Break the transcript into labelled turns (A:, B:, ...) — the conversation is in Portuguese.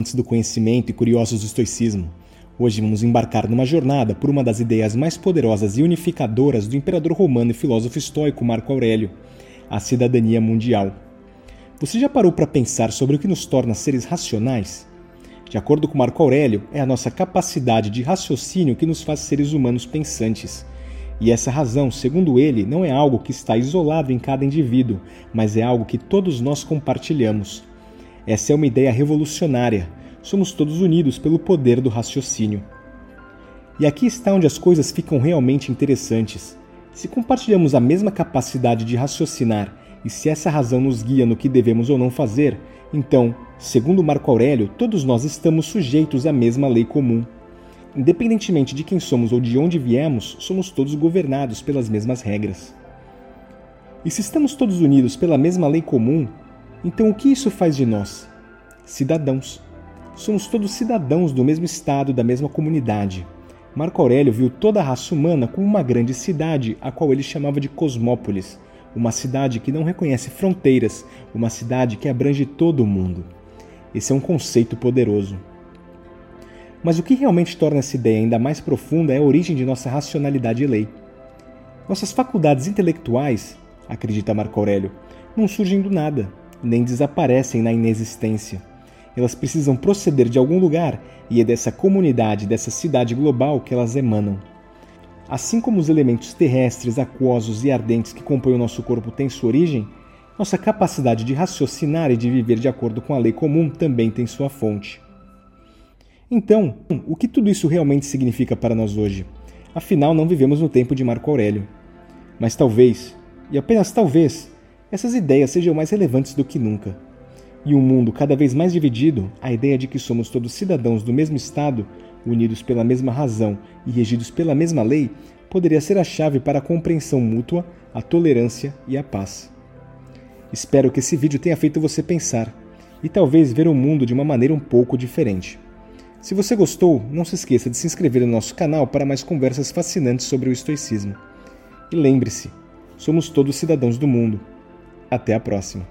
A: Amantes do conhecimento e curiosos do estoicismo. Hoje vamos embarcar numa jornada por uma das ideias mais poderosas e unificadoras do imperador romano e filósofo estoico Marco Aurélio, a cidadania mundial. Você já parou para pensar sobre o que nos torna seres racionais? De acordo com Marco Aurélio, é a nossa capacidade de raciocínio que nos faz seres humanos pensantes. E essa razão, segundo ele, não é algo que está isolado em cada indivíduo, mas é algo que todos nós compartilhamos. Essa é uma ideia revolucionária. Somos todos unidos pelo poder do raciocínio. E aqui está onde as coisas ficam realmente interessantes. Se compartilhamos a mesma capacidade de raciocinar e se essa razão nos guia no que devemos ou não fazer, então, segundo Marco Aurélio, todos nós estamos sujeitos à mesma lei comum. Independentemente de quem somos ou de onde viemos, somos todos governados pelas mesmas regras. E se estamos todos unidos pela mesma lei comum, então o que isso faz de nós? Cidadãos. Somos todos cidadãos do mesmo estado, da mesma comunidade. Marco Aurélio viu toda a raça humana como uma grande cidade, a qual ele chamava de cosmópolis, uma cidade que não reconhece fronteiras, uma cidade que abrange todo o mundo. Esse é um conceito poderoso. Mas o que realmente torna essa ideia ainda mais profunda é a origem de nossa racionalidade e lei. Nossas faculdades intelectuais, acredita Marco Aurélio, não surgem do nada, nem desaparecem na inexistência. Elas precisam proceder de algum lugar e é dessa comunidade, dessa cidade global que elas emanam. Assim como os elementos terrestres, aquosos e ardentes que compõem o nosso corpo têm sua origem, nossa capacidade de raciocinar e de viver de acordo com a lei comum também tem sua fonte. Então, o que tudo isso realmente significa para nós hoje? Afinal, não vivemos no tempo de Marco Aurélio. Mas talvez, e apenas talvez, essas ideias sejam mais relevantes do que nunca. E um mundo cada vez mais dividido, a ideia de que somos todos cidadãos do mesmo Estado, unidos pela mesma razão e regidos pela mesma lei, poderia ser a chave para a compreensão mútua, a tolerância e a paz. Espero que esse vídeo tenha feito você pensar, e talvez ver o mundo de uma maneira um pouco diferente. Se você gostou, não se esqueça de se inscrever no nosso canal para mais conversas fascinantes sobre o estoicismo. E lembre-se, somos todos cidadãos do mundo. Até a próxima!